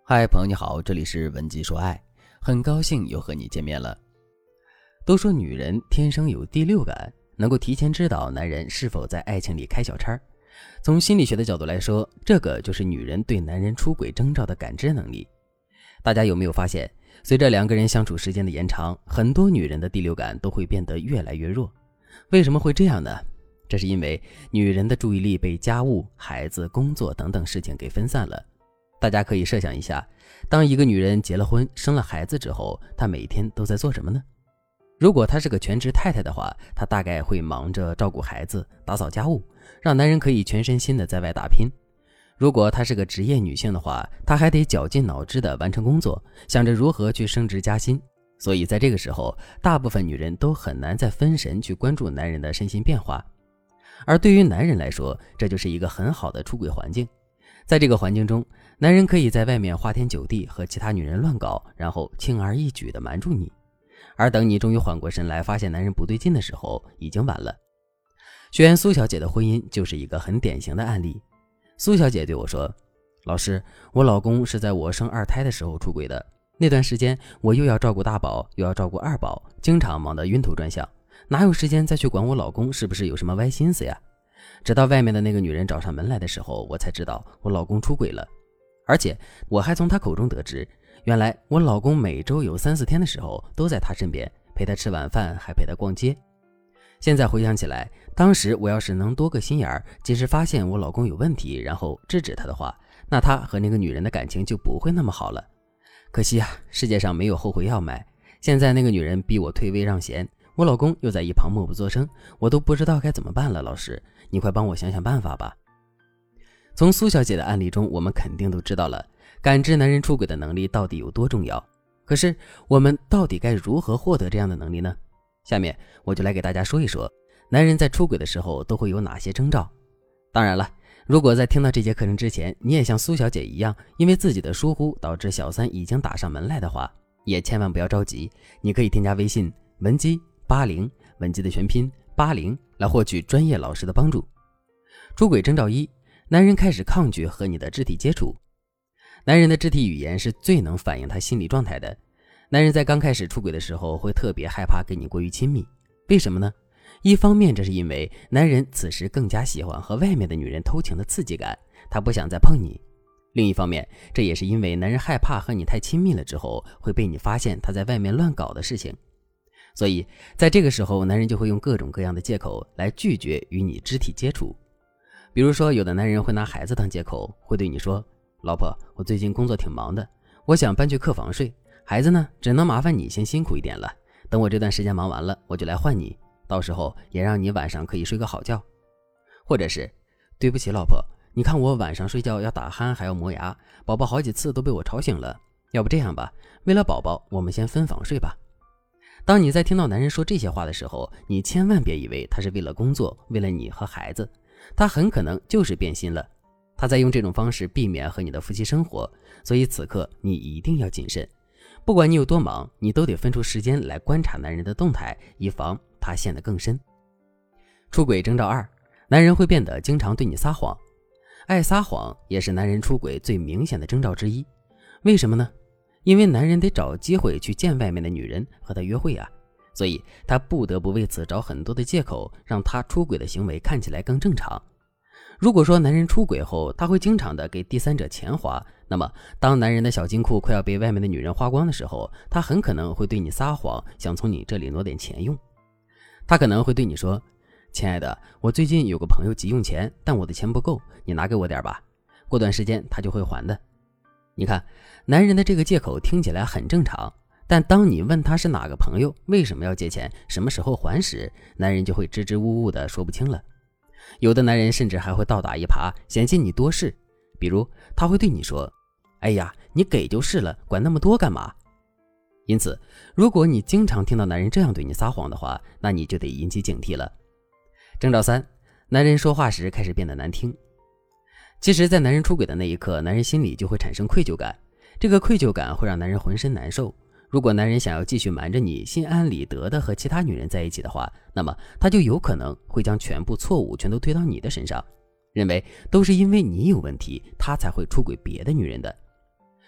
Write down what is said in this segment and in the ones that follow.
嗨，朋友你好，这里是文姬说爱，很高兴又和你见面了。都说女人天生有第六感，能够提前知道男人是否在爱情里开小差。从心理学的角度来说，这个就是女人对男人出轨征兆的感知能力。大家有没有发现，随着两个人相处时间的延长，很多女人的第六感都会变得越来越弱。为什么会这样呢？这是因为女人的注意力被家务、孩子、工作等等事情给分散了。大家可以设想一下，当一个女人结了婚生了孩子之后，她每天都在做什么呢？如果她是个全职太太的话，她大概会忙着照顾孩子、打扫家务，让男人可以全身心的在外打拼。如果她是个职业女性的话，她还得绞尽脑汁的完成工作，想着如何去升职加薪。所以在这个时候，大部分女人都很难再分神去关注男人的身心变化。而对于男人来说，这就是一个很好的出轨环境。在这个环境中，男人可以在外面花天酒地和其他女人乱搞，然后轻而易举地瞒住你。而等你终于缓过神来，发现男人不对劲的时候，已经晚了。学员苏小姐的婚姻就是一个很典型的案例。苏小姐对我说，老师，我老公是在我生二胎的时候出轨的，那段时间我又要照顾大宝，又要照顾二宝，经常忙得晕头转向，哪有时间再去管我老公是不是有什么歪心思呀？直到外面的那个女人找上门来的时候，我才知道我老公出轨了。而且我还从她口中得知，原来我老公每周有3-4天的时候都在她身边，陪她吃晚饭，还陪她逛街。现在回想起来，当时我要是能多个心眼儿，及时发现我老公有问题，然后制止他的话，那他和那个女人的感情就不会那么好了。可惜啊，世界上没有后悔药买。现在那个女人逼我退位让贤，我老公又在一旁默不作声，我都不知道该怎么办了。老师，你快帮我想想办法吧。从苏小姐的案例中，我们肯定都知道了感知男人出轨的能力到底有多重要。可是我们到底该如何获得这样的能力呢？下面我就来给大家说一说，男人在出轨的时候都会有哪些征兆。当然了，如果在听到这节课程之前，你也像苏小姐一样，因为自己的疏忽导致小三已经打上门来的话，也千万不要着急，你可以添加微信文姬80，文姬的全拼80，来获取专业老师的帮助。出轨征兆1，男人开始抗拒和你的肢体接触。男人的肢体语言是最能反映他心理状态的。男人在刚开始出轨的时候会特别害怕跟你过于亲密，为什么呢？一方面这是因为男人此时更加喜欢和外面的女人偷情的刺激感，他不想再碰你。另一方面，这也是因为男人害怕和你太亲密了之后会被你发现他在外面乱搞的事情。所以在这个时候，男人就会用各种各样的借口来拒绝与你肢体接触。比如说，有的男人会拿孩子当借口，会对你说，老婆，我最近工作挺忙的，我想搬去客房睡，孩子呢，只能麻烦你先辛苦一点了，等我这段时间忙完了，我就来换你，到时候也让你晚上可以睡个好觉。或者是，对不起老婆，你看我晚上睡觉要打鼾还要磨牙，宝宝好几次都被我吵醒了，要不这样吧，为了宝宝我们先分房睡吧。当你在听到男人说这些话的时候，你千万别以为他是为了工作，为了你和孩子，他很可能就是变心了，他在用这种方式避免和你的夫妻生活，所以此刻你一定要谨慎。不管你有多忙，你都得分出时间来观察男人的动态，以防他陷得更深。出轨征兆2，男人会变得经常对你撒谎。爱撒谎也是男人出轨最明显的征兆之一。为什么呢？因为男人得找机会去见外面的女人和她约会啊，所以他不得不为此找很多的借口，让他出轨的行为看起来更正常。如果说男人出轨后他会经常的给第三者钱花，那么当男人的小金库快要被外面的女人花光的时候，他很可能会对你撒谎，想从你这里挪点钱用。他可能会对你说，亲爱的，我最近有个朋友急用钱，但我的钱不够，你拿给我点吧，过段时间他就会还的。你看，男人的这个借口听起来很正常，但当你问他是哪个朋友，为什么要借钱，什么时候还时，男人就会支支吾吾的说不清了。有的男人甚至还会倒打一耙，嫌弃你多事，比如他会对你说，哎呀，你给就是了，管那么多干嘛？因此，如果你经常听到男人这样对你撒谎的话，那你就得引起警惕了。征兆3，男人说话时开始变得难听。其实在男人出轨的那一刻，男人心里就会产生愧疚感，这个愧疚感会让男人浑身难受。如果男人想要继续瞒着你，心安理得的和其他女人在一起的话，那么他就有可能会将全部错误全都推到你的身上，认为都是因为你有问题，他才会出轨别的女人的。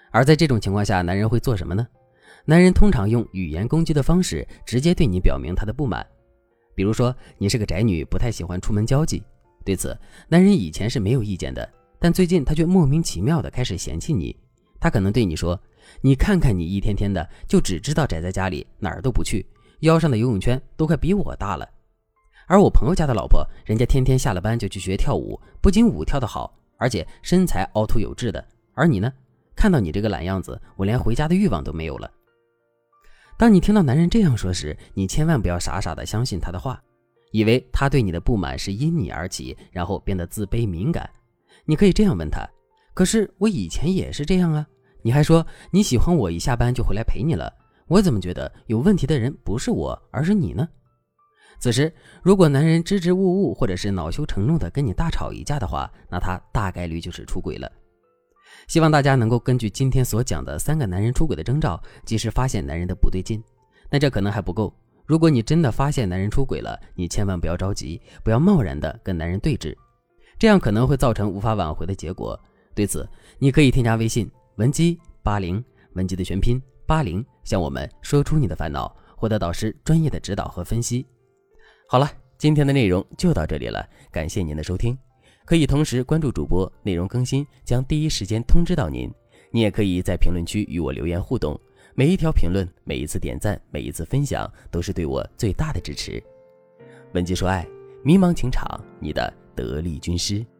而在这种情况下，男人会做什么呢？男人通常用语言攻击的方式直接对你表明他的不满。比如说，你是个宅女，不太喜欢出门交际，对此男人以前是没有意见的，但最近他却莫名其妙的开始嫌弃你。他可能对你说，你看看你一天天的就只知道宅在家里，哪儿都不去，腰上的游泳圈都快比我大了。而我朋友家的老婆，人家天天下了班就去学跳舞，不仅舞跳得好，而且身材凹凸有致的。而你呢，看到你这个懒样子，我连回家的欲望都没有了。当你听到男人这样说时，你千万不要傻傻的相信他的话，以为他对你的不满是因你而起，然后变得自卑敏感。你可以这样问他，可是我以前也是这样啊，你还说你喜欢我一下班就回来陪你了，我怎么觉得有问题的人不是我，而是你呢？此时如果男人支支吾吾或者是恼羞成怒的跟你大吵一架的话，那他大概率就是出轨了。希望大家能够根据今天所讲的3个男人出轨的征兆，及时发现男人的不对劲。但这可能还不够，如果你真的发现男人出轨了，你千万不要着急，不要贸然的跟男人对峙，这样可能会造成无法挽回的结果。对此，你可以添加微信文姬80，文姬的全拼80，向我们说出你的烦恼，获得导师专业的指导和分析。好了，今天的内容就到这里了，感谢您的收听。可以同时关注主播，内容更新将第一时间通知到您。你也可以在评论区与我留言互动，每一条评论，每一次点赞，每一次分享，都是对我最大的支持。文姬说爱，迷茫情场，你的得力军师。